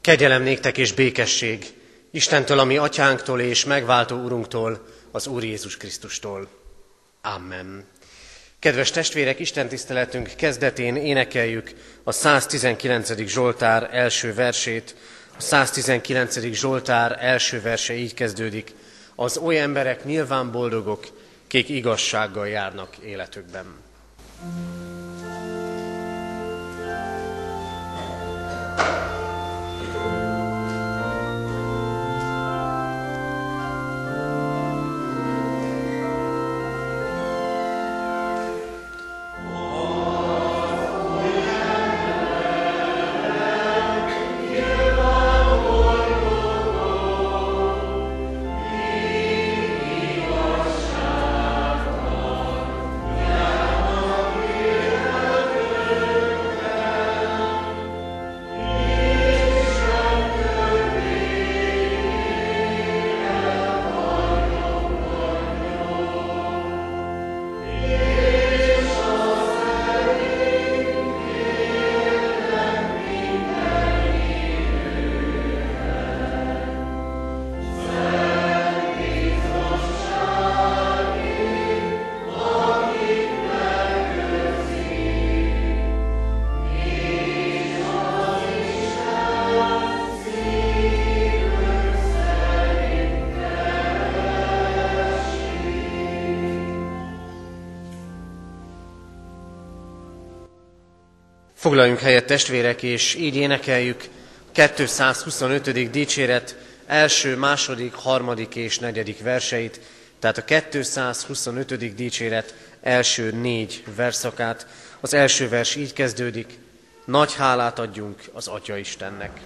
Kegyelem néktek és békesség Istentől, a mi atyánktól és megváltó Urunktól, az Úr Jézus Krisztustól. Amen. Kedves testvérek, istentiszteletünk kezdetén énekeljük a 119. Zsoltár első versét. A 119. Zsoltár első verse így kezdődik: az oly emberek nyilván boldogok, kik igazsággal járnak életükben. Foglaljunk helyet, testvérek, és így énekeljük 225. dicséret első, második, harmadik és negyedik verseit, tehát a 225. dicséret első 4 versszakát. Az első vers így kezdődik: nagy hálát adjunk az Atya Istennek.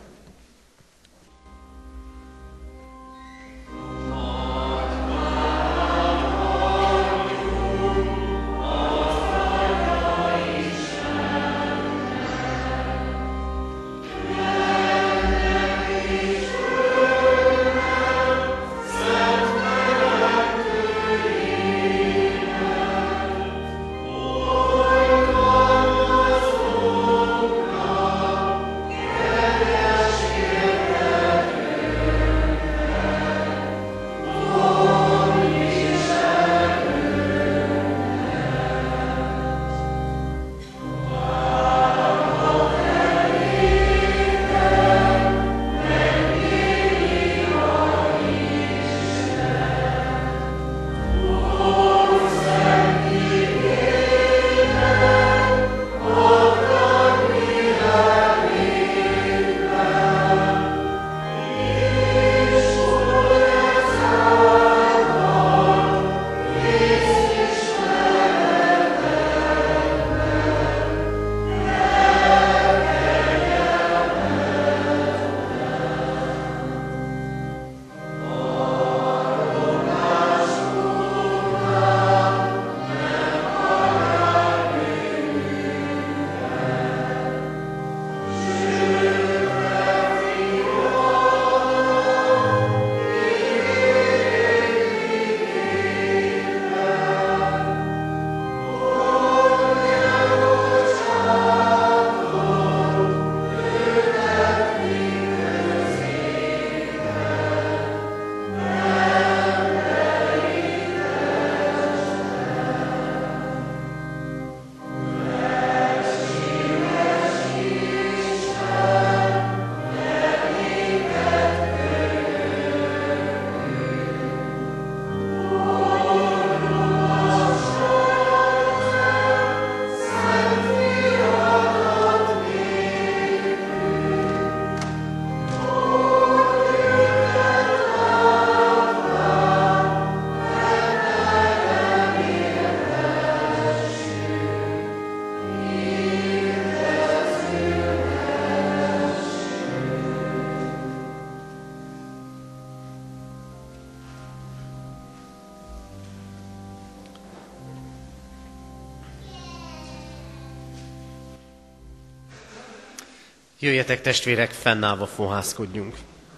Jöjjetek, testvérek, fennállva fohászkodjunk.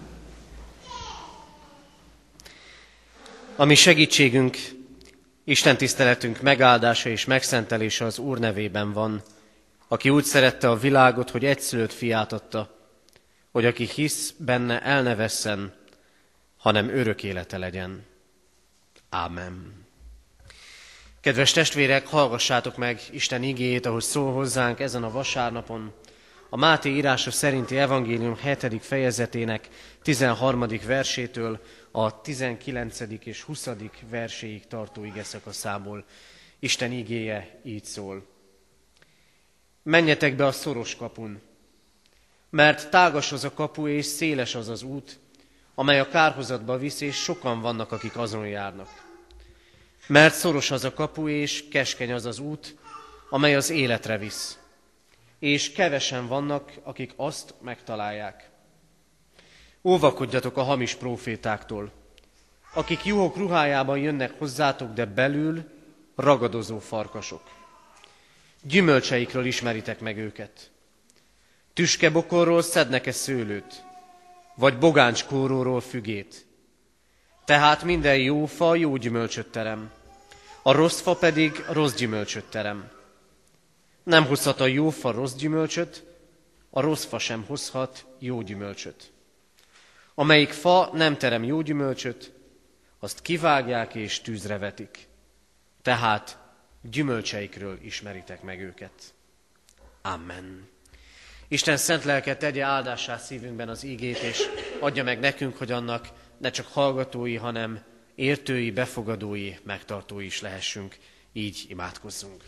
A mi segítségünk, Isten tiszteletünk megáldása és megszentelése az Úr nevében van, aki úgy szerette a világot, hogy egyszülött fiát adta, hogy aki hisz benne, el ne vesszen, hanem örök élete legyen. Ámen. Kedves testvérek, hallgassátok meg Isten igéjét, ahogy szól hozzánk ezen a vasárnapon, a Máté írása szerinti evangélium 7. fejezetének 13. versétől a 19. és 20. verséig tartó igeszakaszából. Isten igéje így szól. Menjetek be a szoros kapun, mert tágas az a kapu és széles az az út, amely a kárhozatba visz, és sokan vannak, akik azon járnak. Mert szoros az a kapu, és keskeny az az út, amely az életre visz, és kevesen vannak, akik azt megtalálják. Óvakodjatok a hamis prófétáktól, akik juhok ruhájában jönnek hozzátok, de belül ragadozó farkasok. Gyümölcseikről ismeritek meg őket. Tüskebokorról szednek-e szőlőt, vagy bogáncskóróról fügét? Tehát minden jó fa jó gyümölcsöt terem, a rossz fa pedig rossz gyümölcsöt terem. Nem hozhat a jó fa rossz gyümölcsöt, a rossz fa sem hozhat jó gyümölcsöt. Amelyik fa nem terem jó gyümölcsöt, azt kivágják és tűzre vetik. Tehát gyümölcseikről ismeritek meg őket. Amen. Isten szent lelke tegye áldássá szívünkben az ígét, és adja meg nekünk, hogy annak ne csak hallgatói, hanem értői, befogadói, megtartói is lehessünk. Így imádkozzunk.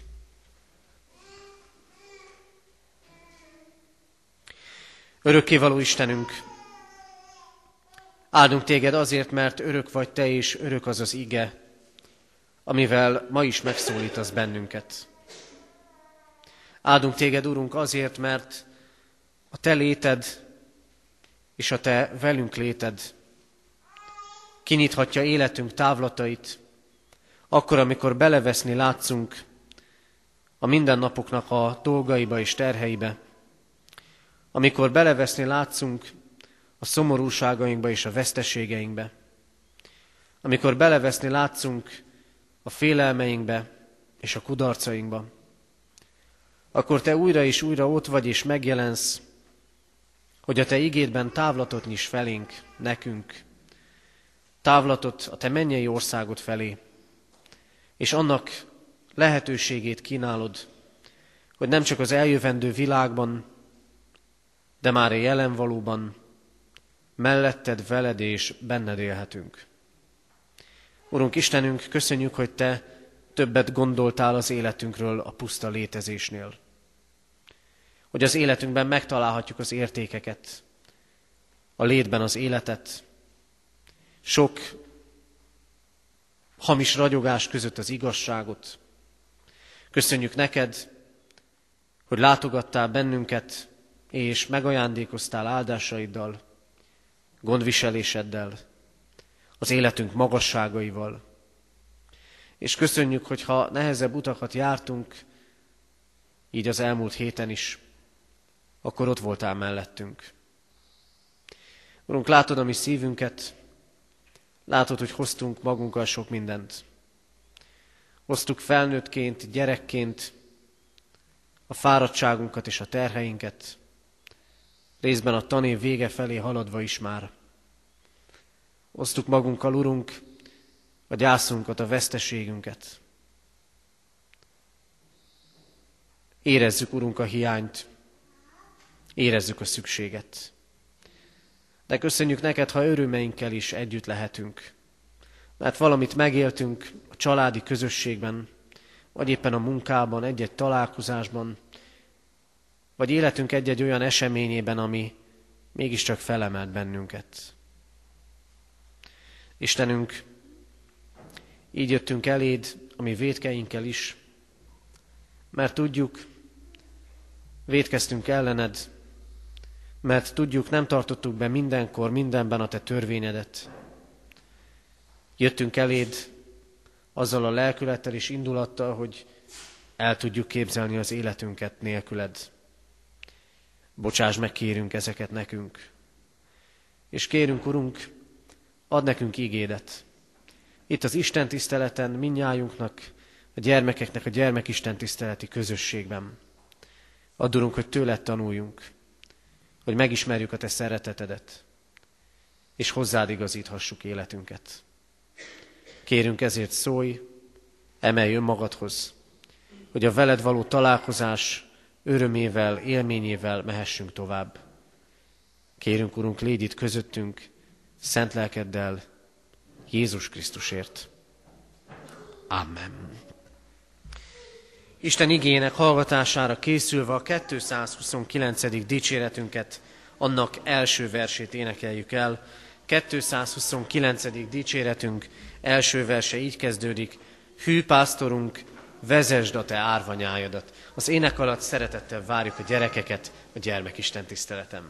Örökkévaló Istenünk, áldunk téged azért, mert örök vagy te, és örök az az ige, amivel ma is megszólítasz bennünket. Áldunk téged, Urunk, azért, mert a te léted és a te velünk léted kinyithatja életünk távlatait, akkor, amikor beleveszni látszunk a mindennapoknak a dolgaiba és terheibe, amikor beleveszni látszunk a szomorúságainkba és a veszteségeinkbe, amikor beleveszni látszunk a félelmeinkbe és a kudarcainkba, akkor te újra és újra ott vagy és megjelensz, hogy a te igédben távlatot nyis felénk, nekünk, távlatot a te mennyei országod felé, és annak lehetőségét kínálod, hogy nem csak az eljövendő világban, de már a jelen valóban melletted, veled és benned élhetünk. Urunk Istenünk, köszönjük, hogy te többet gondoltál az életünkről a puszta létezésnél. Hogy az életünkben megtalálhatjuk az értékeket, a létben az életet, sok hamis ragyogás között az igazságot. Köszönjük neked, hogy látogattál bennünket, és megajándékoztál áldásaiddal, gondviseléseddel, az életünk magasságaival. És köszönjük, hogy ha nehezebb utakat jártunk, így az elmúlt héten is, akkor ott voltál mellettünk. Urunk, látod a mi szívünket, látod, hogy hoztunk magunkkal sok mindent. Hoztuk felnőttként, gyerekként a fáradtságunkat és a terheinket, részben a tanév vége felé haladva is már. Hoztuk magunkkal, Urunk, a gyászunkat, a veszteségünket. Érezzük, Urunk, a hiányt, érezzük a szükséget. De köszönjük neked, ha örömeinkkel is együtt lehetünk. Mert valamit megéltünk a családi közösségben, vagy éppen a munkában, egy-egy találkozásban, vagy életünk egy-egy olyan eseményében, ami mégiscsak felemelt bennünket. Istenünk, így jöttünk eléd, a mi vétkeinkkel is, mert tudjuk, vétkeztünk ellened, mert tudjuk, nem tartottuk be mindenkor, mindenben a te törvényedet. Jöttünk eléd azzal a lelkülettel és indulattal, hogy el tudjuk képzelni az életünket nélküled. Bocsáss meg, kérünk ezeket nekünk. És kérünk, Urunk, add nekünk ígédet. Itt az Isten tiszteleten mindnyájunknak, a gyermekeknek a gyermekisten tiszteleti közösségben. Add, Urunk, hogy tőled tanuljunk. hogy megismerjük a te szeretetedet, és hozzád igazíthassuk életünket. Kérünk ezért szólj, emelj önmagadhoz, hogy a veled való találkozás örömével, élményével mehessünk tovább. Kérünk, Urunk, légy itt közöttünk, szent lelkeddel, Jézus Krisztusért. Amen. Isten igének hallgatására készülve a 229. dicséretünket, annak első versét énekeljük el. 229. dicséretünk első verse így kezdődik: Hű pásztorunk, vezesd a te árvanyájadat. Az ének alatt szeretettel várjuk a gyerekeket a gyermekisten tiszteletem.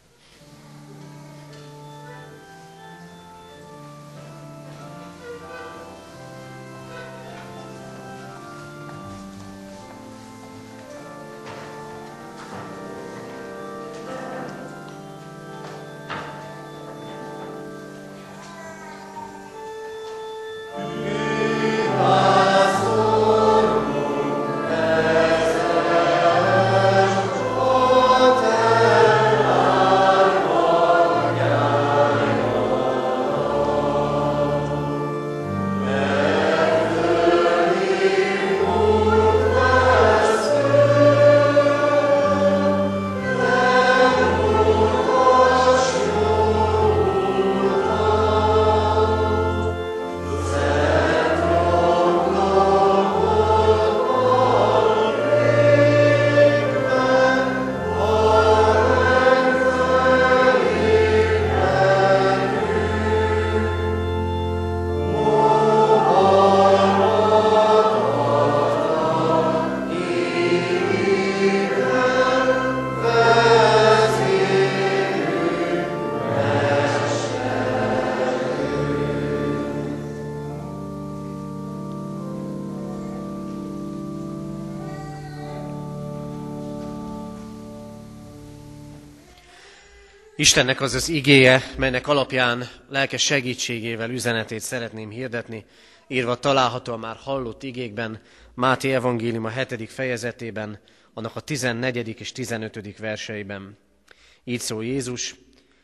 Istennek az az igéje, melynek alapján lelkes segítségével üzenetét szeretném hirdetni, írva található a már hallott igékben, Máté evangéliuma 7. fejezetében, annak a 14. és 15. verseiben. Így szól Jézus: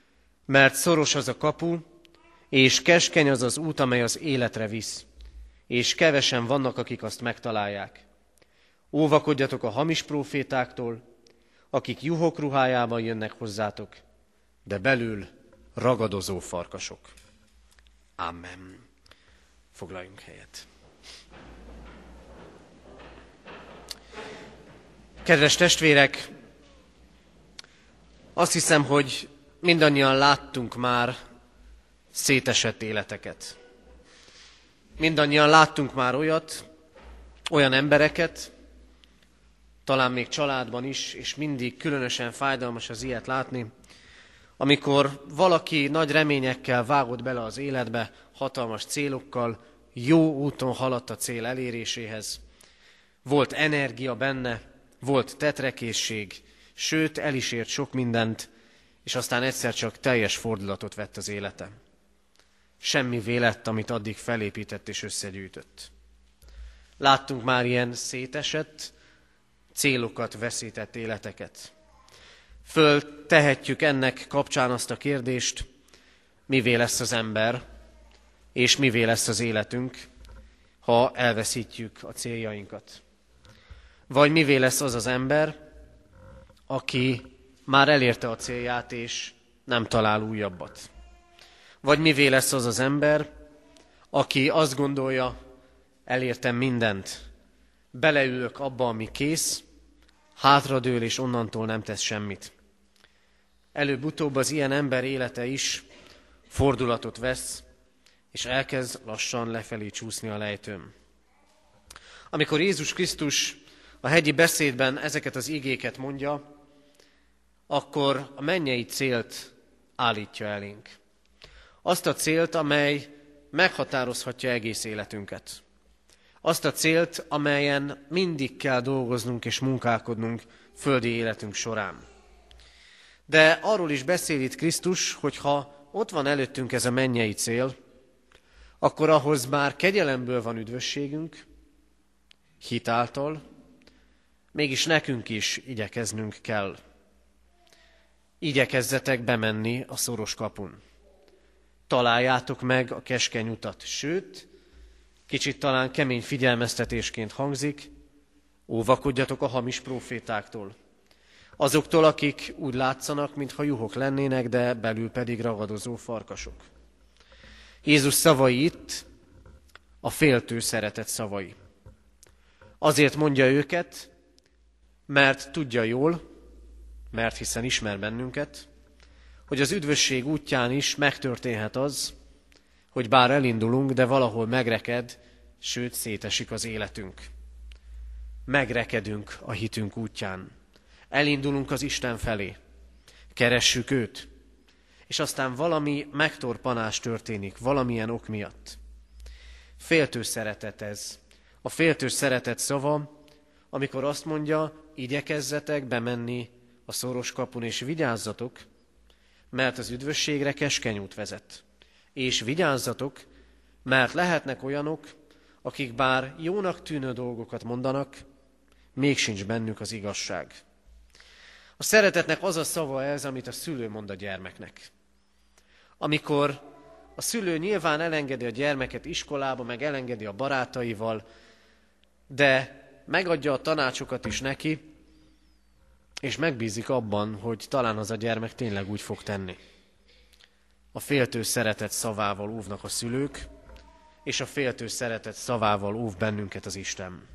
mert szoros az a kapu, és keskeny az az út, amely az életre visz, és kevesen vannak, akik azt megtalálják. Óvakodjatok a hamis prófétáktól, akik juhok ruhájában jönnek hozzátok, de belül ragadozó farkasok. Amen. Foglaljunk helyet. Kedves testvérek, azt hiszem, hogy mindannyian láttunk már szétesett életeket. Mindannyian láttunk már olyan embereket, talán még családban is, és mindig különösen fájdalmas az ilyet látni, amikor valaki nagy reményekkel vágott bele az életbe, hatalmas célokkal, jó úton haladt a cél eléréséhez. Volt energia benne, volt tetrekészség, sőt, el is ért sok mindent, és aztán egyszer csak teljes fordulatot vett az élete. Semmivé lett, amit addig felépített és összegyűjtött. Láttunk már ilyen szétesett, célokat veszített életeket. Föltehetjük ennek kapcsán azt a kérdést, mivé lesz az ember, és mivé lesz az életünk, ha elveszítjük a céljainkat. Vagy mivé lesz az az ember, aki már elérte a célját, és nem talál újabbat. Vagy mivé lesz az az ember, aki azt gondolja, elértem mindent, beleülök abba, ami kész, hátradől, és onnantól nem tesz semmit. Előbb-utóbb az ilyen ember élete is fordulatot vesz, és elkezd lassan lefelé csúszni a lejtőn. Amikor Jézus Krisztus a hegyi beszédben ezeket az igéket mondja, akkor a mennyei célt állítja elénk. Azt a célt, amely meghatározhatja egész életünket. Azt a célt, amelyen mindig kell dolgoznunk és munkálkodnunk földi életünk során. De arról is beszél itt Krisztus, hogy ha ott van előttünk ez a mennyei cél, akkor ahhoz már kegyelemből van üdvösségünk, hitáltal, mégis nekünk is igyekeznünk kell. igyekezzetek bemenni a szoros kapun. Találjátok meg a keskeny utat, sőt, kicsit talán kemény figyelmeztetésként hangzik, óvakodjatok a hamis prófétáktól. Azoktól, akik úgy látszanak, mintha juhok lennének, de belül pedig ragadozó farkasok. Jézus szavai itt a féltő szeretet szavai. Azért mondja őket, mert tudja jól, mert hiszen ismer bennünket, hogy az üdvösség útján is megtörténhet az, hogy bár elindulunk, de valahol megreked, sőt szétesik az életünk. Megrekedünk a hitünk útján. Elindulunk az Isten felé. Keressük őt. És aztán valami megtorpanás történik, valamilyen ok miatt. Féltő szeretet ez. A féltő szeretet szava, amikor azt mondja, igyekezzetek bemenni a szoros kapun, és vigyázzatok, mert az üdvösségre keskeny út vezet. És vigyázzatok, mert lehetnek olyanok, akik bár jónak tűnő dolgokat mondanak, még sincs bennük az igazság. A szeretetnek az a szava ez, amit a szülő mond a gyermeknek. Amikor a szülő nyilván elengedi a gyermeket iskolába, meg elengedi a barátaival, de megadja a tanácsokat is neki, és megbízik abban, hogy talán az a gyermek tényleg úgy fog tenni. A féltő szeretet szavával óvnak a szülők, és a féltő szeretet szavával óv bennünket az Isten.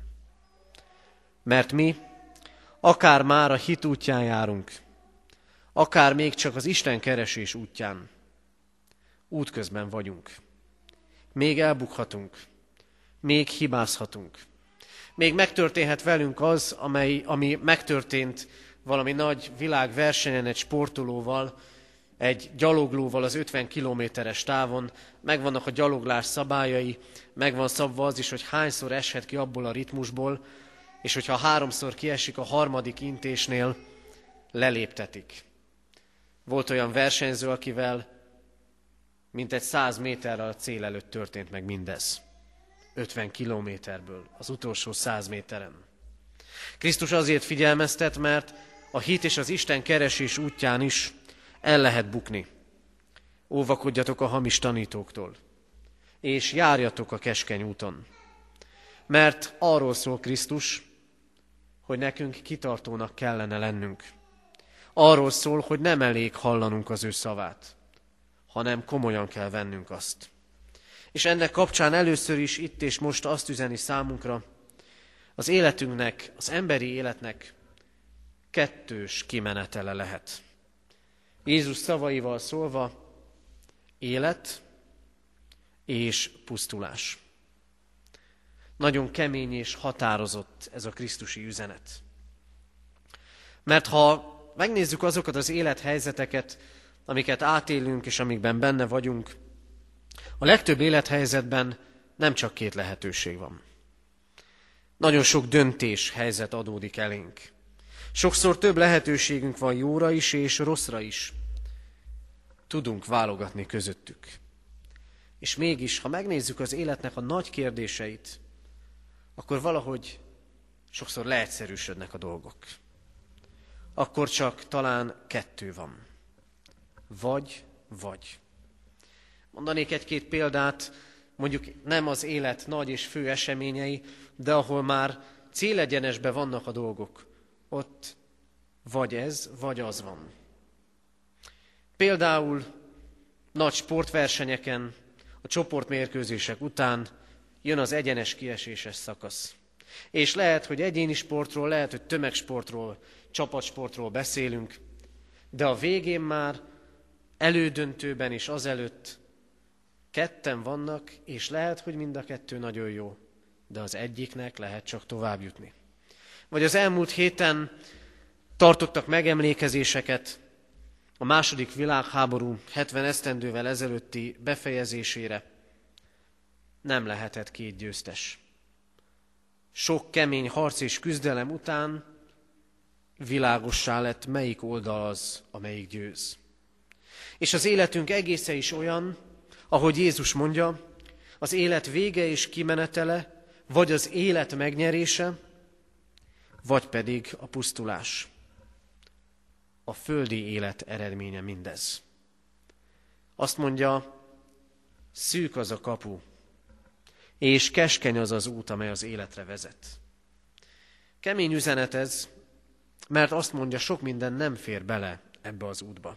Mert mi, akár már a hit útján járunk, akár még csak az Isten keresés útján, útközben vagyunk. Még elbukhatunk, még hibázhatunk. Még megtörténhet velünk az, ami megtörtént valami nagy világversenyen egy sportolóval, egy gyaloglóval az 50 kilométeres távon, megvannak a gyaloglás szabályai, megvan szabva az is, hogy hányszor eshet ki abból a ritmusból, és hogyha 3-szor kiesik a harmadik intésnél, leléptetik. Volt olyan versenyző, akivel mintegy 100 méterrel a cél előtt történt meg mindez. 50 kilométerből, az utolsó 100 méteren. Krisztus azért figyelmeztet, mert a hit és az Isten keresés útján is el lehet bukni. Óvakodjatok a hamis tanítóktól, és járjatok a keskeny úton. Mert arról szól Krisztus, hogy nekünk kitartónak kellene lennünk. Arról szól, hogy nem elég hallanunk az ő szavát, hanem komolyan kell vennünk azt. És ennek kapcsán először is itt és most azt üzeni számunkra, az életünknek, az emberi életnek kettős kimenetele lehet. Jézus szavaival szólva, élet és pusztulás. Nagyon kemény és határozott ez a krisztusi üzenet. Mert ha megnézzük azokat az élethelyzeteket, amiket átélünk és amikben benne vagyunk, a legtöbb élethelyzetben nem csak 2 lehetőség van. Nagyon sok döntés helyzet adódik elénk. Sokszor több lehetőségünk van jóra is és rosszra is. Tudunk válogatni közöttük. És mégis, ha megnézzük az életnek a nagy kérdéseit, akkor valahogy sokszor leegyszerűsödnek a dolgok. Akkor csak talán 2 van. Vagy. Mondanék 1-2 példát, mondjuk nem az élet nagy és fő eseményei, de ahol már célegyenesben vannak a dolgok. Ott vagy ez, vagy az van. Például nagy sportversenyeken, a csoportmérkőzések után jön az egyenes kieséses szakasz. És lehet, hogy egyéni sportról, lehet, hogy tömegsportról, csapatsportról beszélünk, de a végén már elődöntőben és azelőtt 2 vannak, és lehet, hogy mind a 2 nagyon jó, de az egyiknek lehet csak tovább jutni. Vagy az elmúlt héten tartottak megemlékezéseket a II. Világháború 70 esztendővel ezelőtti befejezésére. Nem lehetett 2 győztes. Sok kemény harc és küzdelem után világossá lett, melyik oldal az, amelyik győz. És az életünk egésze is olyan, ahogy Jézus mondja, az élet vége és kimenetele, vagy az élet megnyerése, vagy pedig a pusztulás. a földi élet eredménye mindez. Azt mondja, szűk az a kapu, és keskeny az az út, amely az életre vezet. Kemény üzenet ez, mert azt mondja, sok minden nem fér bele ebbe az útba.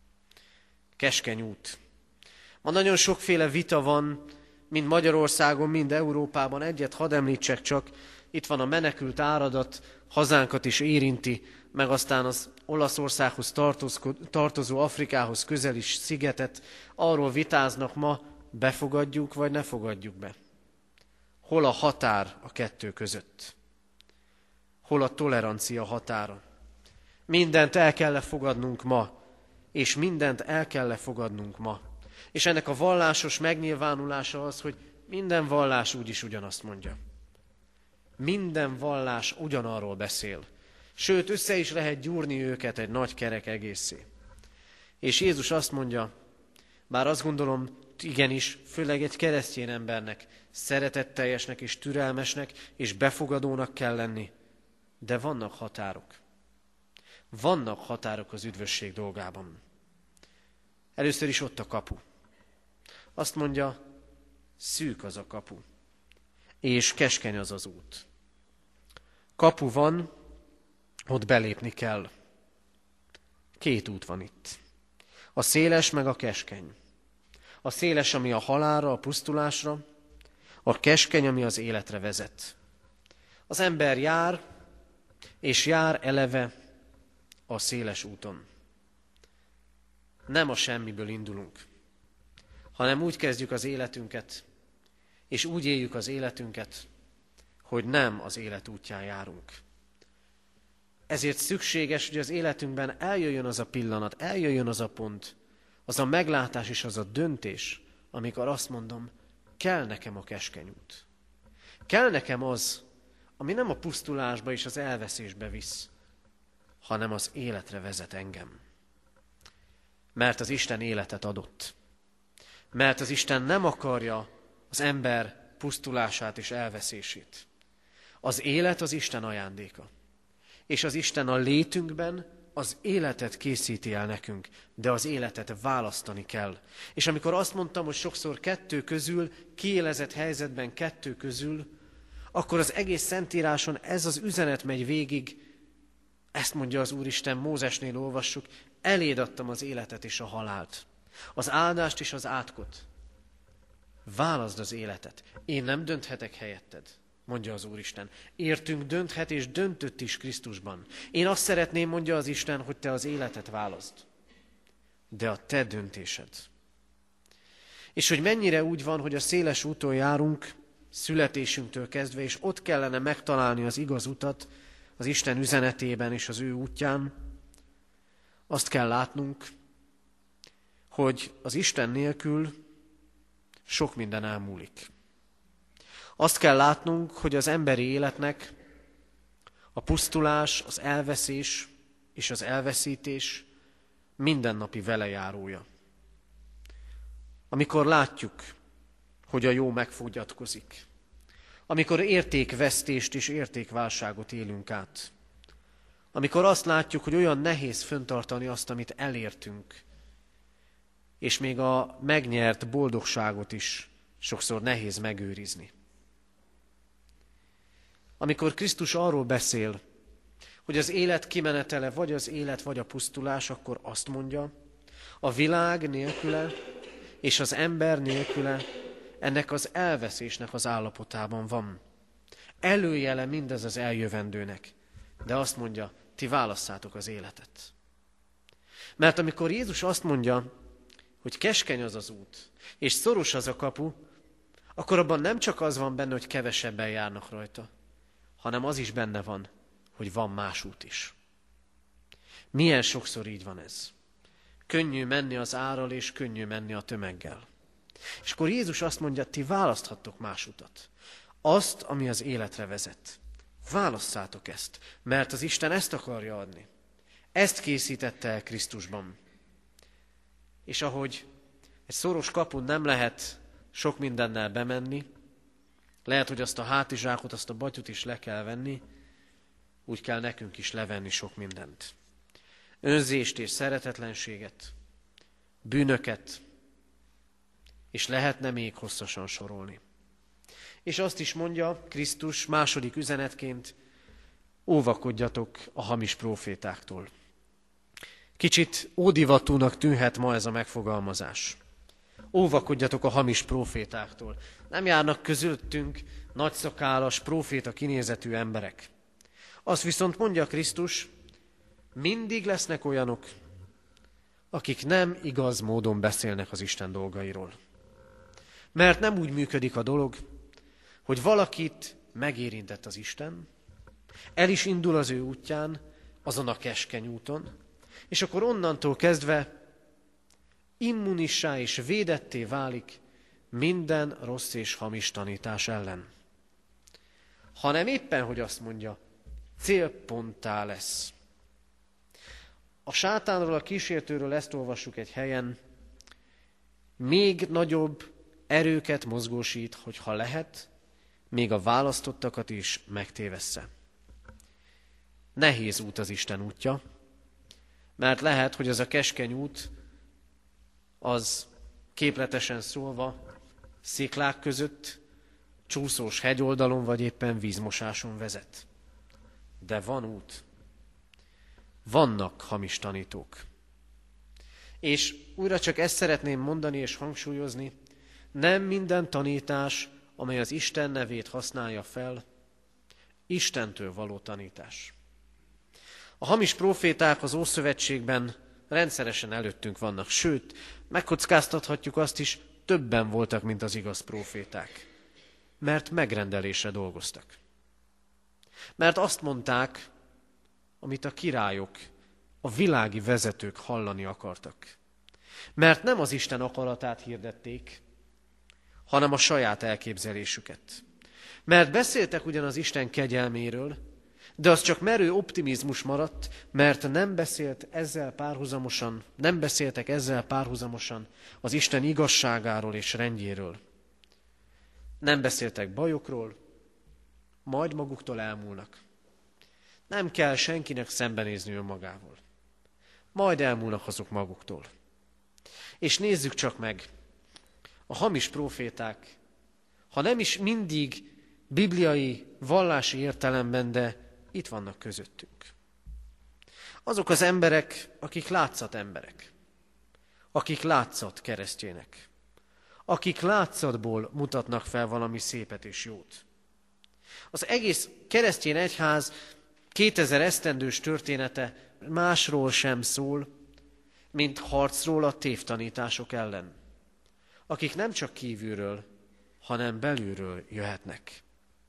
Keskeny út. Ma nagyon sokféle vita van, mind Magyarországon, mind Európában. Egyet hadd említsek csak, itt van a menekült áradat, hazánkat is érinti, meg aztán az Olaszországhoz tartozó Afrikához közeli szigetet. Arról vitáznak ma, befogadjuk vagy ne fogadjuk be. Hol a határ a kettő között? Hol a tolerancia határa? Mindent el kell fogadnunk ma, és mindent el kell fogadnunk ma. És ennek a vallásos megnyilvánulása az, hogy minden vallás úgyis ugyanazt mondja. Minden vallás ugyanarról beszél. Sőt, össze is lehet gyúrni őket egy nagy kerek egészé. És Jézus azt mondja, bár azt gondolom, igenis, főleg egy keresztény embernek, szeretetteljesnek és türelmesnek és befogadónak kell lenni, de vannak határok. Vannak határok az üdvösség dolgában. Először is ott a kapu. Azt mondja, szűk az a kapu, és keskeny az az út. Kapu van, ott belépni kell. Két út van itt. A széles meg a keskeny. A széles, ami a halálra, a pusztulásra, a keskeny, ami az életre vezet. Az ember jár, és jár eleve a széles úton. Nem a semmiből indulunk, hanem úgy kezdjük az életünket, és úgy éljük az életünket, hogy nem az élet útján járunk. Ezért szükséges, hogy az életünkben eljöjjön az a pillanat, eljöjjön az a pont, az a meglátás és az a döntés, amikor azt mondom, kell nekem a keskeny út. Kell nekem az, ami nem a pusztulásba és az elveszésbe visz, hanem az életre vezet engem. Mert az Isten életet adott. Mert az Isten nem akarja az ember pusztulását és elveszését. Az élet az Isten ajándéka. És az Isten a létünkben az életet készíti el nekünk, de az életet választani kell. És amikor azt mondtam, hogy sokszor kettő közül, kiélezett helyzetben kettő közül, akkor az egész Szentíráson ez az üzenet megy végig. Ezt mondja az Úristen, Mózesnél olvassuk, eléd adtam az életet és a halált, az áldást és az átkot. Válaszd az életet. Én nem dönthetek helyetted, mondja az Úristen. Értünk dönthet és döntött is Krisztusban. Én azt szeretném, mondja az Isten, hogy te az életet válaszd. De a te döntésed. És hogy mennyire úgy van, hogy a széles úton járunk, születésünktől kezdve, és ott kellene megtalálni az igaz utat, az Isten üzenetében és az ő útján, azt kell látnunk, hogy az Isten nélkül sok minden elmúlik. Azt kell látnunk, hogy az emberi életnek a pusztulás, az elveszés és az elveszítés mindennapi velejárója. Amikor látjuk, hogy a jó megfogyatkozik, amikor értékvesztést és értékválságot élünk át, amikor azt látjuk, hogy olyan nehéz fenntartani azt, amit elértünk, és még a megnyert boldogságot is sokszor nehéz megőrizni. Amikor Krisztus arról beszél, hogy az élet kimenetele vagy az élet, vagy a pusztulás, akkor azt mondja, a világ nélküle és az ember nélküle ennek az elveszésnek az állapotában van. Előjele mindez az eljövendőnek, de azt mondja, ti válasszátok az életet. Mert amikor Jézus azt mondja, hogy keskeny az az út, és szoros az a kapu, akkor abban nem csak az van benne, hogy kevesebben járnak rajta, hanem az is benne van, hogy van más út is. Milyen sokszor így van ez? Könnyű menni az árral, és könnyű menni a tömeggel. És akkor Jézus azt mondja, ti választhattok más utat. Azt, ami az életre vezet. Válasszátok ezt, mert az Isten ezt akarja adni. Ezt készítette el Krisztusban. És ahogy egy szoros kapun nem lehet sok mindennel bemenni, lehet, hogy azt a hátizsákot, azt a batyut is le kell venni, úgy kell nekünk is levenni sok mindent. önzést és szeretetlenséget, bűnöket, és lehetne még hosszasan sorolni. És azt is mondja Krisztus második üzenetként, óvakodjatok a hamis prófétáktól. Kicsit ódivatúnak tűnhet ma ez a megfogalmazás. Óvakodjatok a hamis prófétáktól. Nem járnak közöttünk nagyszakállas, próféta kinézetű emberek. Azt viszont mondja Krisztus, mindig lesznek olyanok, akik nem igaz módon beszélnek az Isten dolgairól. Mert nem úgy működik a dolog, hogy valakit megérintett az Isten, el is indul az ő útján, azon a keskeny úton, és akkor onnantól kezdve immunissá és védetté válik minden rossz és hamis tanítás ellen. Hanem éppen, hogy azt mondja, célponttá lesz. A sátánról, a kísértőről ezt olvassuk egy helyen, még nagyobb erőket mozgósít, hogyha lehet, még a választottakat is megtévessze. Nehéz út az Isten útja, mert lehet, hogy az a keskeny út, az képletesen szólva sziklák között, csúszós hegyoldalon vagy éppen vízmosáson vezet. De van út. Vannak hamis tanítók. És újra csak ezt szeretném mondani és hangsúlyozni, nem minden tanítás, amely az Isten nevét használja fel, Istentől való tanítás. A hamis próféták az Ószövetségben rendszeresen előttünk vannak, sőt, megkockáztathatjuk azt is, többen voltak, mint az igaz próféták, mert megrendelésre dolgoztak. Mert azt mondták, amit a királyok, a világi vezetők hallani akartak. Mert nem az Isten akaratát hirdették, hanem a saját elképzelésüket. Mert beszéltek ugyan az Isten kegyelméről, de az csak merő optimizmus maradt, mert nem beszéltek ezzel párhuzamosan az Isten igazságáról és rendjéről. Nem beszéltek bajokról, majd maguktól elmúlnak. Nem kell senkinek szembenézni önmagával. Majd elmúlnak azok maguktól. És nézzük csak meg, a hamis próféták, ha nem is mindig bibliai, vallási értelemben, de itt vannak közöttünk. Azok az emberek, akik látszat emberek, akik látszat keresztjének, akik látszatból mutatnak fel valami szépet és jót. Az egész keresztény egyház 2000 esztendős története másról sem szól, mint harcról a tévtanítások ellen, akik nem csak kívülről, hanem belülről jöhetnek.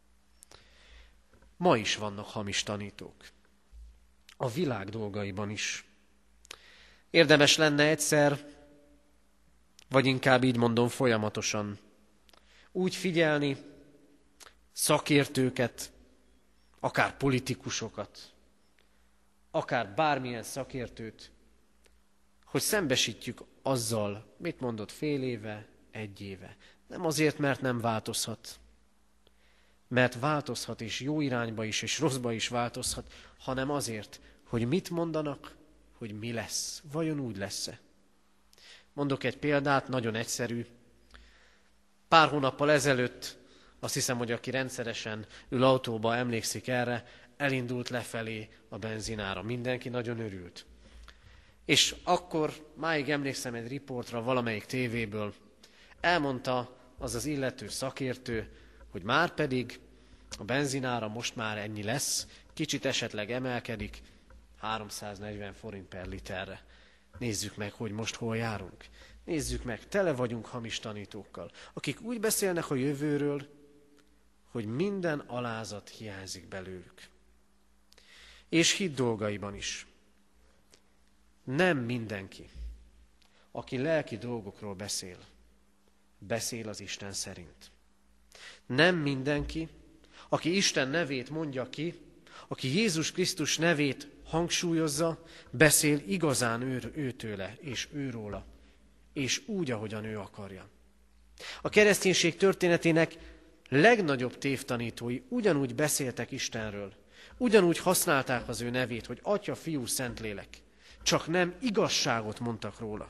Ma is vannak hamis tanítók. A világ dolgaiban is. Érdemes lenne egyszer, vagy inkább így mondom folyamatosan, úgy figyelni szakértőket, akár politikusokat, akár bármilyen szakértőt, hogy szembesítjük azzal, mit mondott fél éve, egy éve. Nem azért, mert nem változhat, mert változhat, és jó irányba is, és rosszba is változhat, hanem azért, hogy mit mondanak, hogy mi lesz, vajon úgy lesz-e. Mondok egy példát, nagyon egyszerű. Pár hónappal ezelőtt, azt hiszem, hogy aki rendszeresen ül autóba, emlékszik erre, elindult lefelé a benzinára. Mindenki nagyon örült. És akkor, máig emlékszem egy riportra valamelyik tévéből, elmondta az az illető szakértő, hogy már pedig a benzinára most már ennyi lesz, kicsit esetleg emelkedik, 340 forint per literre. Nézzük meg, hogy most hol járunk. Nézzük meg, tele vagyunk hamis tanítókkal, akik úgy beszélnek a jövőről, hogy minden alázat hiányzik belőlük. És hit dolgaiban is. Nem mindenki, aki lelki dolgokról beszél az Isten szerint. Nem mindenki, aki Isten nevét mondja ki, aki Jézus Krisztus nevét hangsúlyozza, beszél igazán őtőle és őróla, és úgy, ahogyan ő akarja. A kereszténység történetének legnagyobb tévtanítói ugyanúgy beszéltek Istenről, ugyanúgy használták az ő nevét, hogy Atya, Fiú, Szentlélek. csak nem igazságot mondtak róla.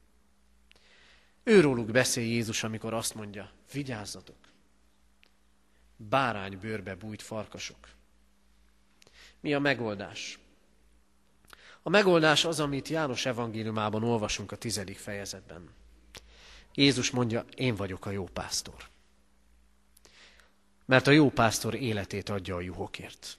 Őróluk beszél Jézus, amikor azt mondja, vigyázzatok, báránybőrbe bújt farkasok. Mi a megoldás? A megoldás az, amit János evangéliumában olvasunk a 10. fejezetben. Jézus mondja, én vagyok a jó pásztor. Mert a jó pásztor életét adja a juhokért.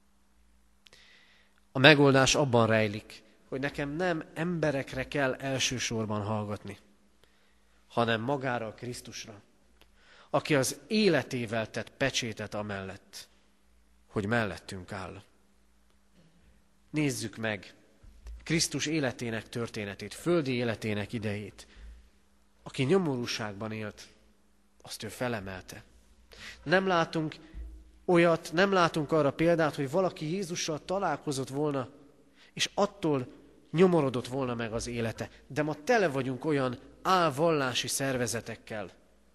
A megoldás abban rejlik, hogy nekem nem emberekre kell elsősorban hallgatni, hanem magára a Krisztusra, aki az életével tett pecsétet amellett, hogy mellettünk áll. Nézzük meg Krisztus életének történetét, földi életének idejét. Aki nyomorúságban élt, azt ő felemelte. Nem látunk arra példát, hogy valaki Jézussal találkozott volna, és attól nyomorodott volna meg az élete. De ma tele vagyunk olyan álvallási szervezetekkel,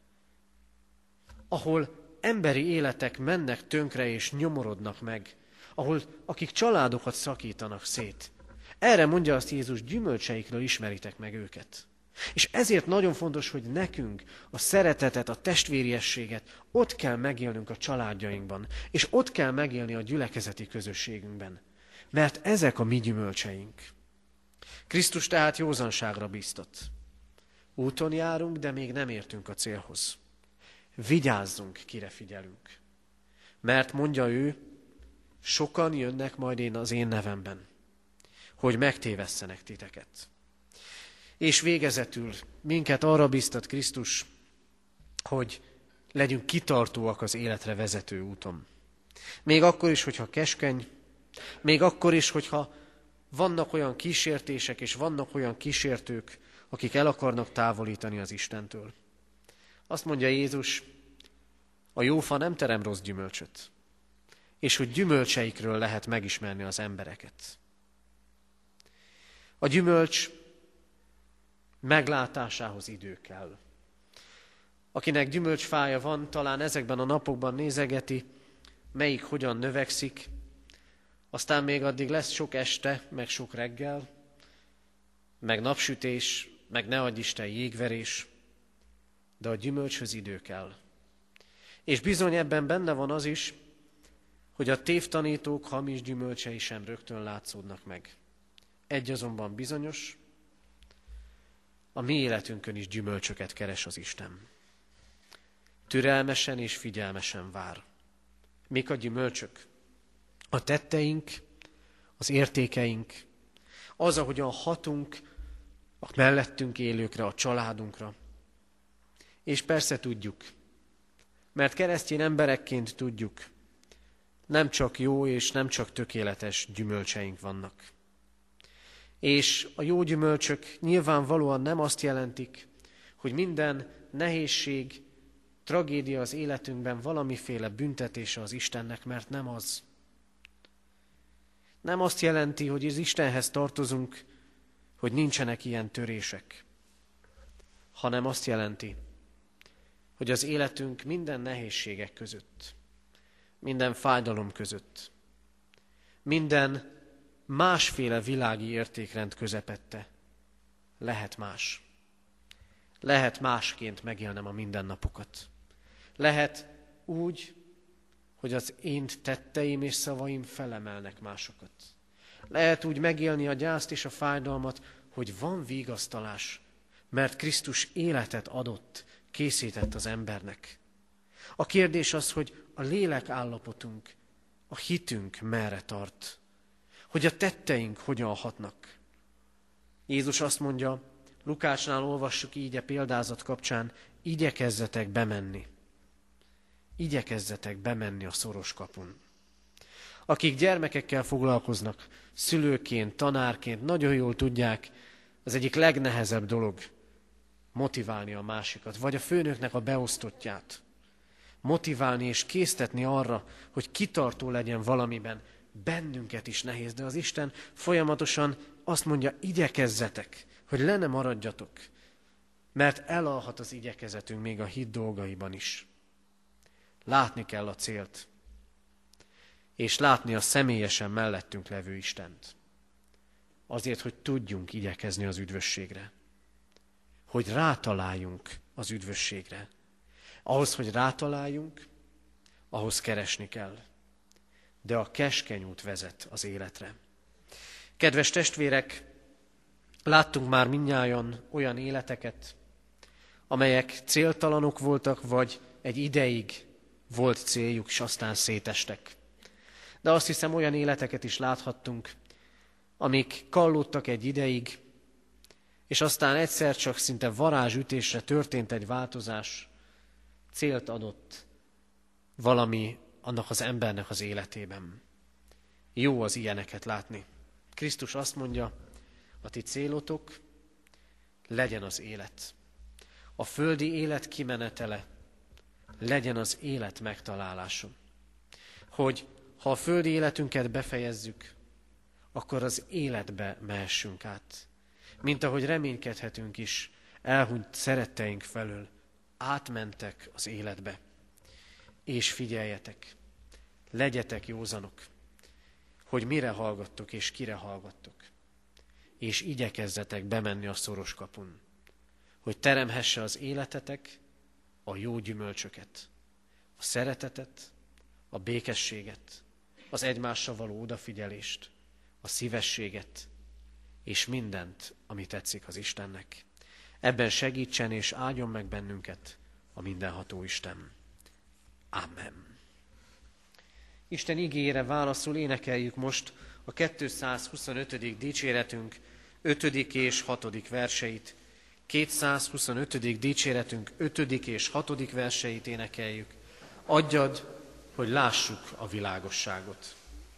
ahol emberi életek mennek tönkre és nyomorodnak meg, akik családokat szakítanak szét. Erre mondja azt Jézus, gyümölcseikről ismeritek meg őket. És ezért nagyon fontos, hogy nekünk a szeretetet, a testvériességet ott kell megélnünk a családjainkban, és ott kell megélni a gyülekezeti közösségünkben. Mert ezek a mi gyümölcseink. Krisztus tehát józanságra bíztat. Úton járunk, de még nem értünk a célhoz. Vigyázzunk, kire figyelünk. Mert mondja ő, sokan jönnek majd az én nevemben, hogy megtévesszenek titeket. És végezetül minket arra bíztat Krisztus, hogy legyünk kitartóak az életre vezető úton. Még akkor is, hogyha keskeny, még akkor is, hogyha vannak olyan kísértések és vannak olyan kísértők, akik el akarnak távolítani az Istentől. Azt mondja Jézus, a jó fa nem terem rossz gyümölcsöt, és hogy gyümölcseikről lehet megismerni az embereket. A gyümölcs meglátásához idő kell. Akinek gyümölcsfája van, talán ezekben a napokban nézegeti, melyik hogyan növekszik, aztán még addig lesz sok este, meg sok reggel, meg napsütés, meg ne adj Isten jégverés, de a gyümölcshöz idő kell. És bizony ebben benne van az is, hogy a tévtanítók hamis gyümölcsei sem rögtön látszódnak meg. Egy azonban bizonyos, a mi életünkön is gyümölcsöket keres az Isten. Türelmesen és figyelmesen vár. Mik a gyümölcsök? A tetteink, az értékeink, az, ahogyan hatunk a mellettünk élőkre, a családunkra. És persze tudjuk, mert keresztény emberekként tudjuk, nem csak jó és nem csak tökéletes gyümölcseink vannak. És a jó gyümölcsök nyilvánvalóan nem azt jelentik, hogy minden nehézség, tragédia az életünkben valamiféle büntetése az Istennek, mert nem az. Nem azt jelenti, hogy az Istenhez tartozunk, hogy nincsenek ilyen törések, hanem azt jelenti, hogy az életünk minden nehézségek között, minden fájdalom között, minden másféle világi értékrend közepette lehet más. Lehet másként megélnem a mindennapokat. Lehet úgy, hogy az én tetteim és szavaim felemelnek másokat. Lehet úgy megélni a gyászt és a fájdalmat, hogy van vigasztalás, mert Krisztus életet adott, készített az embernek. A kérdés az, hogy a lélek állapotunk, a hitünk merre tart, hogy a tetteink hogyan hatnak. Jézus azt mondja, Lukácsnál olvassuk így a példázat kapcsán, igyekezzetek bemenni. Igyekezzetek bemenni a szoros kapun. Akik gyermekekkel foglalkoznak, szülőként, tanárként, nagyon jól tudják, az egyik legnehezebb dolog motiválni a másikat, vagy a főnöknek a beosztottját. Motiválni és késztetni arra, hogy kitartó legyen valamiben. Bennünket is nehéz, de az Isten folyamatosan azt mondja, igyekezzetek, hogy le ne maradjatok, mert elalhat az igyekezetünk még a hit dolgaiban is. Látni kell a célt, és látni a személyesen mellettünk levő Istent. azért, hogy tudjunk igyekezni az üdvösségre. Hogy rátaláljunk az üdvösségre. Ahhoz, hogy rátaláljunk, ahhoz keresni kell. De a keskeny út vezet az életre. Kedves testvérek, láttunk már mindnyájan olyan életeket, amelyek céltalanok voltak, vagy egy ideig volt céljuk, és aztán szétestek. De azt hiszem, olyan életeket is láthattunk, amik kallódtak egy ideig, és aztán egyszer csak szinte varázsütésre történt egy változás, célt adott valami annak az embernek az életében. Jó az ilyeneket látni. Krisztus azt mondja, a ti célotok legyen az élet. A földi élet kimenetele legyen az élet megtalálása. Hogy ha a földi életünket befejezzük, akkor az életbe mehessünk át. Mint ahogy reménykedhetünk is, elhunyt szeretteink felől, átmentek az életbe. És figyeljetek, legyetek józanok, hogy mire hallgattok és kire hallgattok. És igyekezzetek bemenni a szoros kapun, hogy teremhesse az életetek a jó gyümölcsöket, a szeretetet, a békességet, az egymással való odafigyelést, a szívességet, és mindent, ami tetszik az Istennek. Ebben segítsen és áldjon meg bennünket a mindenható Isten. Amen. Isten igéjére válaszul énekeljük most a 225. dicséretünk 5. és 6. verseit. 225. dicséretünk 5. és 6. verseit énekeljük. Adjad, hogy lássuk a világosságot.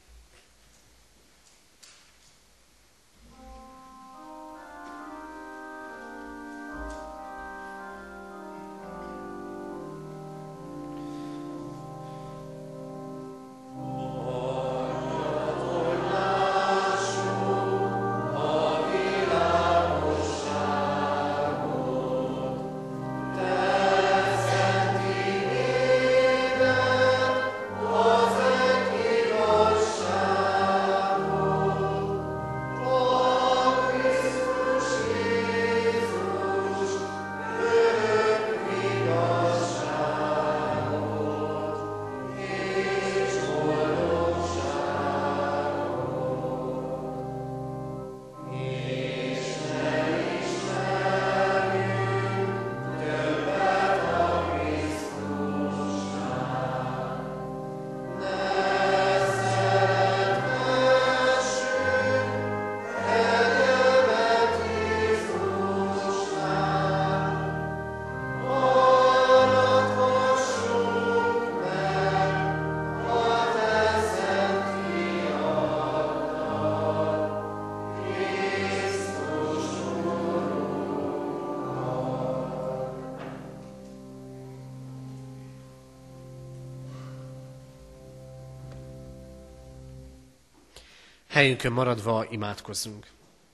Helyünkön maradva imádkozzunk.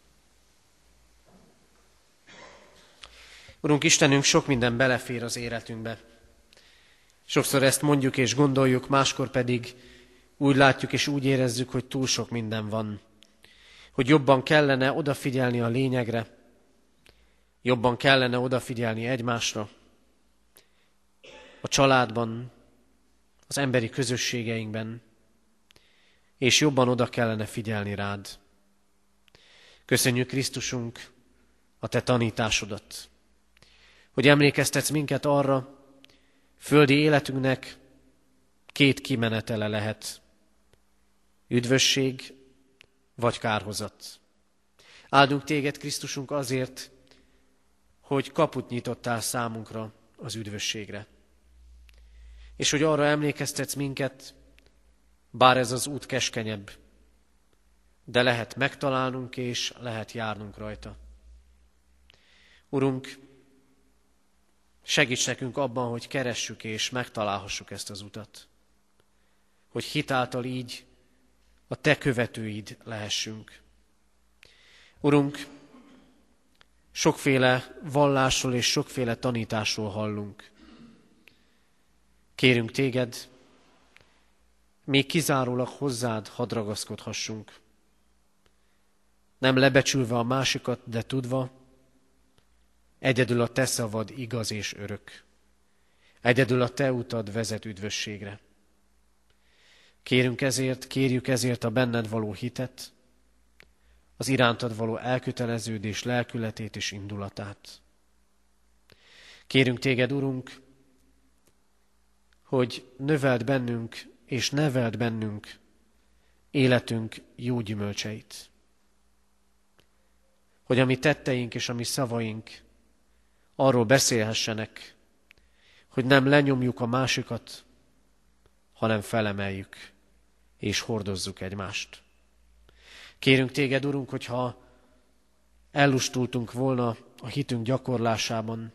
Urunk Istenünk, sok minden belefér az életünkbe. Sokszor ezt mondjuk és gondoljuk, máskor pedig úgy látjuk és úgy érezzük, hogy túl sok minden van. Hogy jobban kellene odafigyelni a lényegre, jobban kellene odafigyelni egymásra, a családban, az emberi közösségeinkben, és jobban oda kellene figyelni rád. Köszönjük, Krisztusunk, a te tanításodat, hogy emlékeztetsz minket arra, földi életünknek 2 kimenetele lehet, üdvösség vagy kárhozat. Áldunk téged, Krisztusunk, azért, hogy kaput nyitottál számunkra az üdvösségre. És hogy arra emlékeztetsz minket, bár ez az út keskenyebb, de lehet megtalálnunk és lehet járnunk rajta. Urunk, segíts nekünk abban, hogy keressük és megtalálhassuk ezt az utat. Hogy hitáltal így a te követőid lehessünk. Urunk, sokféle vallásról és sokféle tanításról hallunk. Kérünk téged, még kizárólag hozzád hadd ragaszkodhassunk. nem lebecsülve a másikat, de tudva, egyedül a te szavad igaz és örök. Egyedül a te utad vezet üdvösségre. Kérjük ezért a benned való hitet, az irántad való elköteleződés lelkületét és indulatát. Kérünk téged, Urunk, hogy növeld bennünk és neveld bennünk életünk jó gyümölcseit. Hogy a mi tetteink és a mi szavaink arról beszélhessenek, hogy nem lenyomjuk a másikat, hanem felemeljük és hordozzuk egymást. Kérünk téged, Urunk, hogyha ellustultunk volna a hitünk gyakorlásában,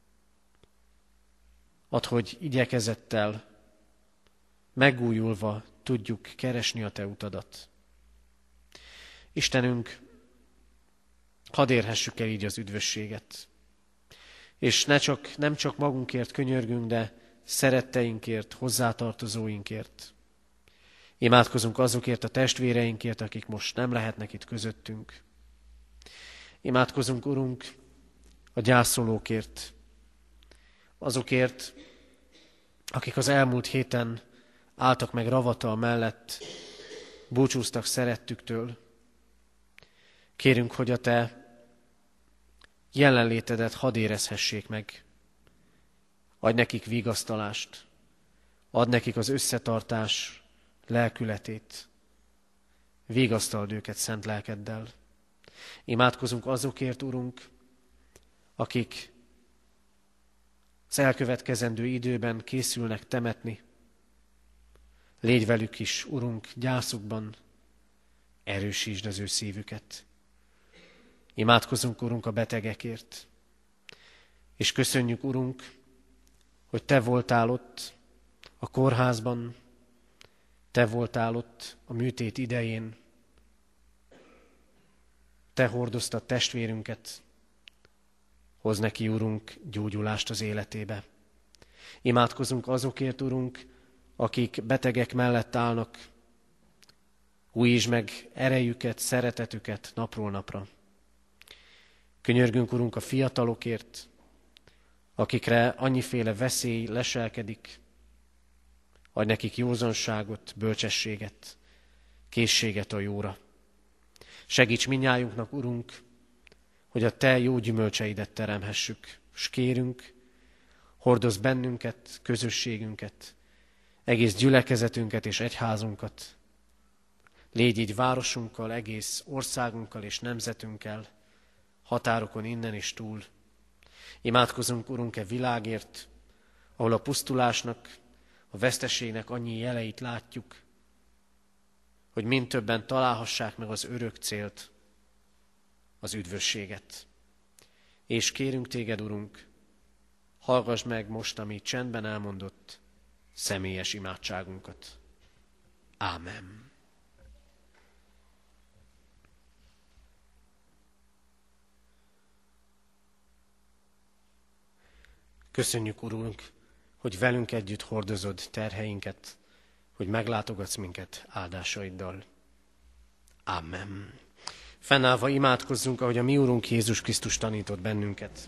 add, hogy igyekezettel, megújulva tudjuk keresni a te utadat. Istenünk, hadd érhessük el így az üdvösséget. És nem csak magunkért könyörgünk, de szeretteinkért, hozzátartozóinkért. Imádkozunk azokért a testvéreinkért, akik most nem lehetnek itt közöttünk. Imádkozunk, Urunk, a gyászolókért, azokért, akik az elmúlt héten álltak meg ravatal mellett, búcsúztak szerettüktől. Kérünk, hogy a te jelenlétedet hadd érezhessék meg. Adj nekik vigasztalást, add nekik az összetartás lelkületét. Vigasztald őket szent lelkeddel. Imádkozunk azokért, Urunk, akik az elkövetkezendő időben készülnek temetni. Légy velük is, Urunk, gyászukban, erősítsd az ő szívüket. Imádkozunk, Urunk, a betegekért, és köszönjük, Urunk, hogy te voltál ott a kórházban, te voltál ott a műtét idején, te hordoztad testvérünket, hozz neki, Urunk, gyógyulást az életébe. Imádkozunk azokért, Urunk, akik betegek mellett állnak, újítsd meg erejüket, szeretetüket napról napra. Könyörgünk, Urunk, a fiatalokért, akikre annyiféle veszély leselkedik. Adj nekik józanságot, bölcsességet, készséget a jóra. Segíts mindnyájunknak, Urunk, hogy a te jó gyümölcseidet teremhessük, s kérünk, hordozz bennünket, közösségünket, egész gyülekezetünket és egyházunkat. Légy így városunkkal, egész országunkkal és nemzetünkkel, határokon innen és túl. Imádkozunk, Urunk, e világért, ahol a pusztulásnak, a veszteségnek annyi jeleit látjuk, hogy mind többen találhassák meg az örök célt, az üdvösséget. És kérünk téged, Urunk, hallgass meg most a mi csendben elmondott személyes imádságunkat. Ámen. Köszönjük, Urunk, hogy velünk együtt hordozod terheinket, hogy meglátogatsz minket áldásaiddal. Amen. Fennállva imádkozzunk, ahogy a mi Urunk Jézus Krisztus tanított bennünket.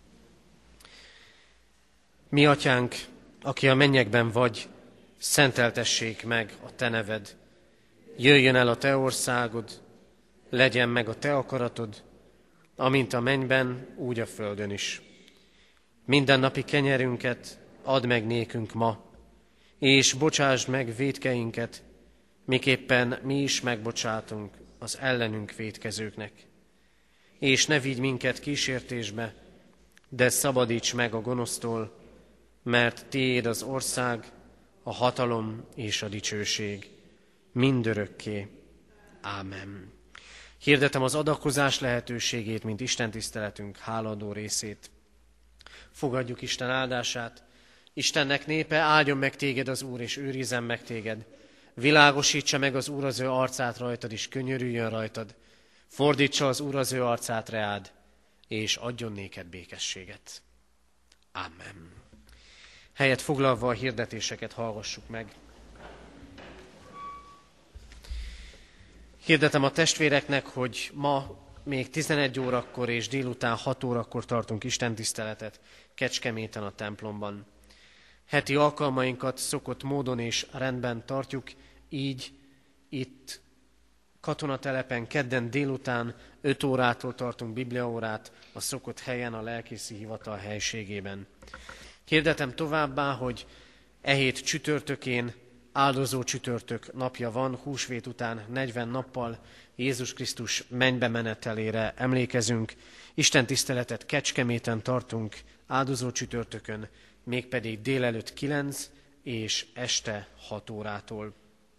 Mi atyánk, aki a mennyekben vagy, szenteltessék meg a te neved. Jöjjön el a te országod, legyen meg a te akaratod, amint a mennyben, úgy a földön is. Mindennapi kenyerünket add meg nékünk ma, és bocsásd meg vétkeinket, miképpen mi is megbocsátunk az ellenünk vétkezőknek. És ne vigy minket kísértésbe, de szabadíts meg a gonosztól, mert tiéd az ország, a hatalom és a dicsőség mindörökké. Ámen. Hirdetem az adakozás lehetőségét, mint istentiszteletünk hálaadó részét. Fogadjuk Isten áldását. Istennek népe, áldjon meg téged az Úr, és őrizzen meg téged. Világosítsa meg az Úr az ő arcát rajtad, és könyörüljön rajtad. Fordítsa az Úr az ő arcát reád, és adjon néked békességet. Amen. Helyet foglalva a hirdetéseket hallgassuk meg. Hirdetem a testvéreknek, hogy ma még 11 órakor és délután 6 órakor tartunk istentiszteletet Kecskeméten a templomban. Heti alkalmainkat szokott módon és rendben tartjuk, így itt Katonatelepen kedden délután 5 órától tartunk bibliaórát a szokott helyen, a lelkészi hivatal helységében. Hirdetem továbbá, hogy e hét csütörtökén áldozó csütörtök napja van, húsvét után 40 nappal Jézus Krisztus mennybe menetelére emlékezünk. Istentiszteletet Kecskeméten tartunk áldozó csütörtökön, mégpedig délelőtt 9 és este 6 órától.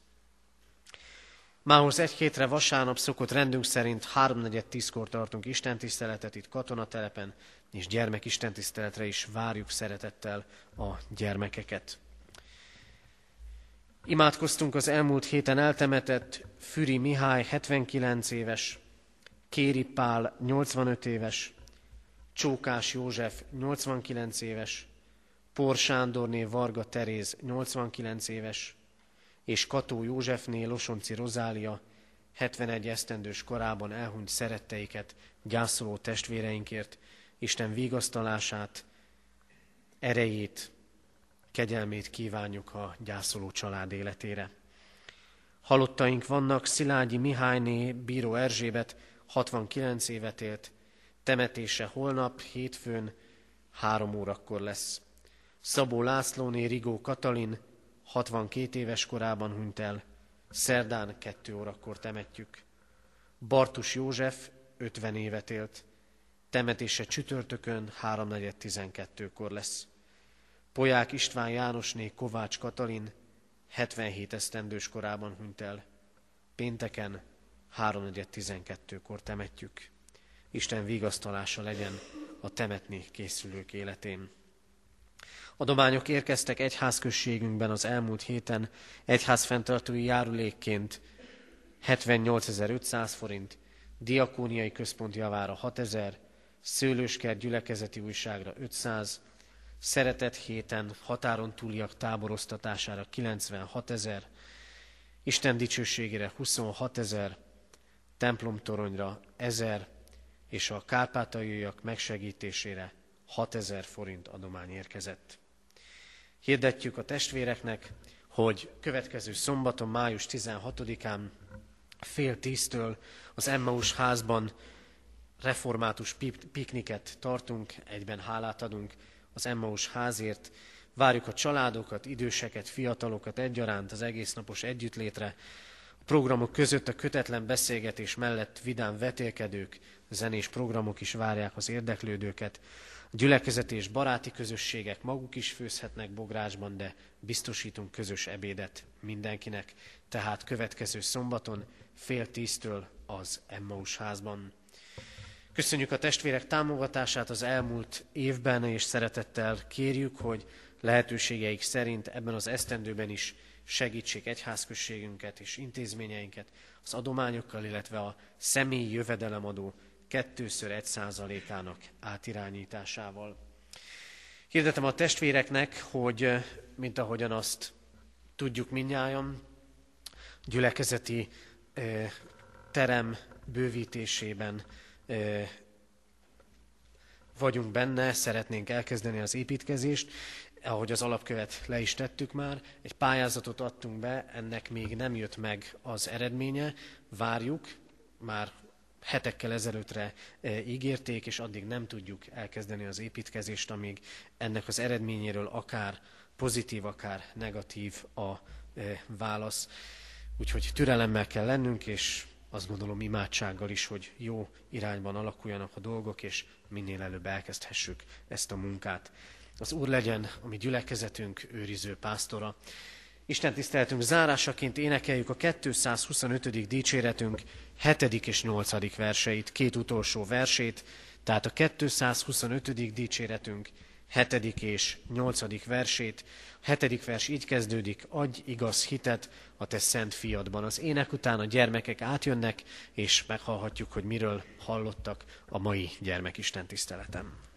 Mához egy hétre vasárnap szokott rendünk szerint 3:4-10-kor tartunk istentiszteletet itt Katonatelepen, és gyermekistentiszteletre is várjuk szeretettel a gyermekeket. Imádkoztunk az elmúlt héten eltemetett Füri Mihály 79 éves, Kéri Pál 85 éves, Csókás József 89 éves, Por Sándorné Varga Teréz 89 éves, és Kató Józsefné Losonci Rozália 71 esztendős korában elhunyt szeretteiket gyászoló testvéreinkért Isten vigasztalását, erejét, kegyelmét kívánjuk a gyászoló család életére. Halottaink vannak: Szilágyi Mihályné Bíró Erzsébet 69 évet élt, temetése holnap, hétfőn 3 órakor lesz. Szabó Lászlóné Rigó Katalin 62 éves korában hunyt el, szerdán 2 órakor temetjük. Bartus József 50 évet élt, temetése csütörtökön 3:4-12-kor lesz. Polyák István Jánosné Kovács Katalin 77 esztendős korában hunyt el, pénteken 3:4-12-kor temetjük. Isten vigasztalása legyen a temetni készülők életén. Adományok érkeztek egyházközségünkben az elmúlt héten, egyházfenntartói járulékként 78.500 forint, diakóniai központ javára 6000, Szőlőskert gyülekezeti újságra 500, Szeretett héten határon túliak táboroztatására 96 000, Isten dicsőségére 26 000, templomtoronyra 1000, és a kárpátaljaiak megsegítésére 6000 forint adomány érkezett. Hirdetjük a testvéreknek, hogy következő szombaton, május 16-án fél 10-től az Emmaus házban református pikniket tartunk, egyben hálát adunk az Emmaus házért. Várjuk a családokat, időseket, fiatalokat egyaránt az egésznapos együttlétre. A programok között a kötetlen beszélgetés mellett vidám vetélkedők, zenés programok is várják az érdeklődőket. A gyülekezeti és baráti közösségek maguk is főzhetnek bográcsban, de biztosítunk közös ebédet mindenkinek. Tehát következő szombaton fél 10-től az Emmaus házban. Köszönjük a testvérek támogatását az elmúlt évben, és szeretettel kérjük, hogy lehetőségeik szerint ebben az esztendőben is segítsék egyházközségünket és intézményeinket az adományokkal, illetve a személyi jövedelemadó 2x1%-ának átirányításával. Hirdetem a testvéreknek, hogy mint ahogyan azt tudjuk mindnyájan, gyülekezeti terem bővítésében vagyunk benne, szeretnénk elkezdeni az építkezést, ahogy az alapkövet le is tettük már, egy pályázatot adtunk be, ennek még nem jött meg az eredménye, várjuk, már hetekkel ezelőttre ígérték, és addig nem tudjuk elkezdeni az építkezést, amíg ennek az eredményéről akár pozitív, akár negatív a válasz. Úgyhogy türelemmel kell lennünk, és azt gondolom imádsággal is, hogy jó irányban alakuljanak a dolgok, és minél előbb elkezdhessük ezt a munkát. Az Úr legyen a mi gyülekezetünk őriző pásztora. Isten tiszteletünk zárásaként énekeljük a 225. dicséretünk 7. és 8. verseit, két utolsó versét, tehát a 225. dicséretünk 7. és 8. versét. A 7. vers így kezdődik: adj igaz hitet a te szent fiadban. Az ének után a gyermekek átjönnek, és meghallhatjuk, hogy miről hallottak a mai gyermekisten tiszteleten.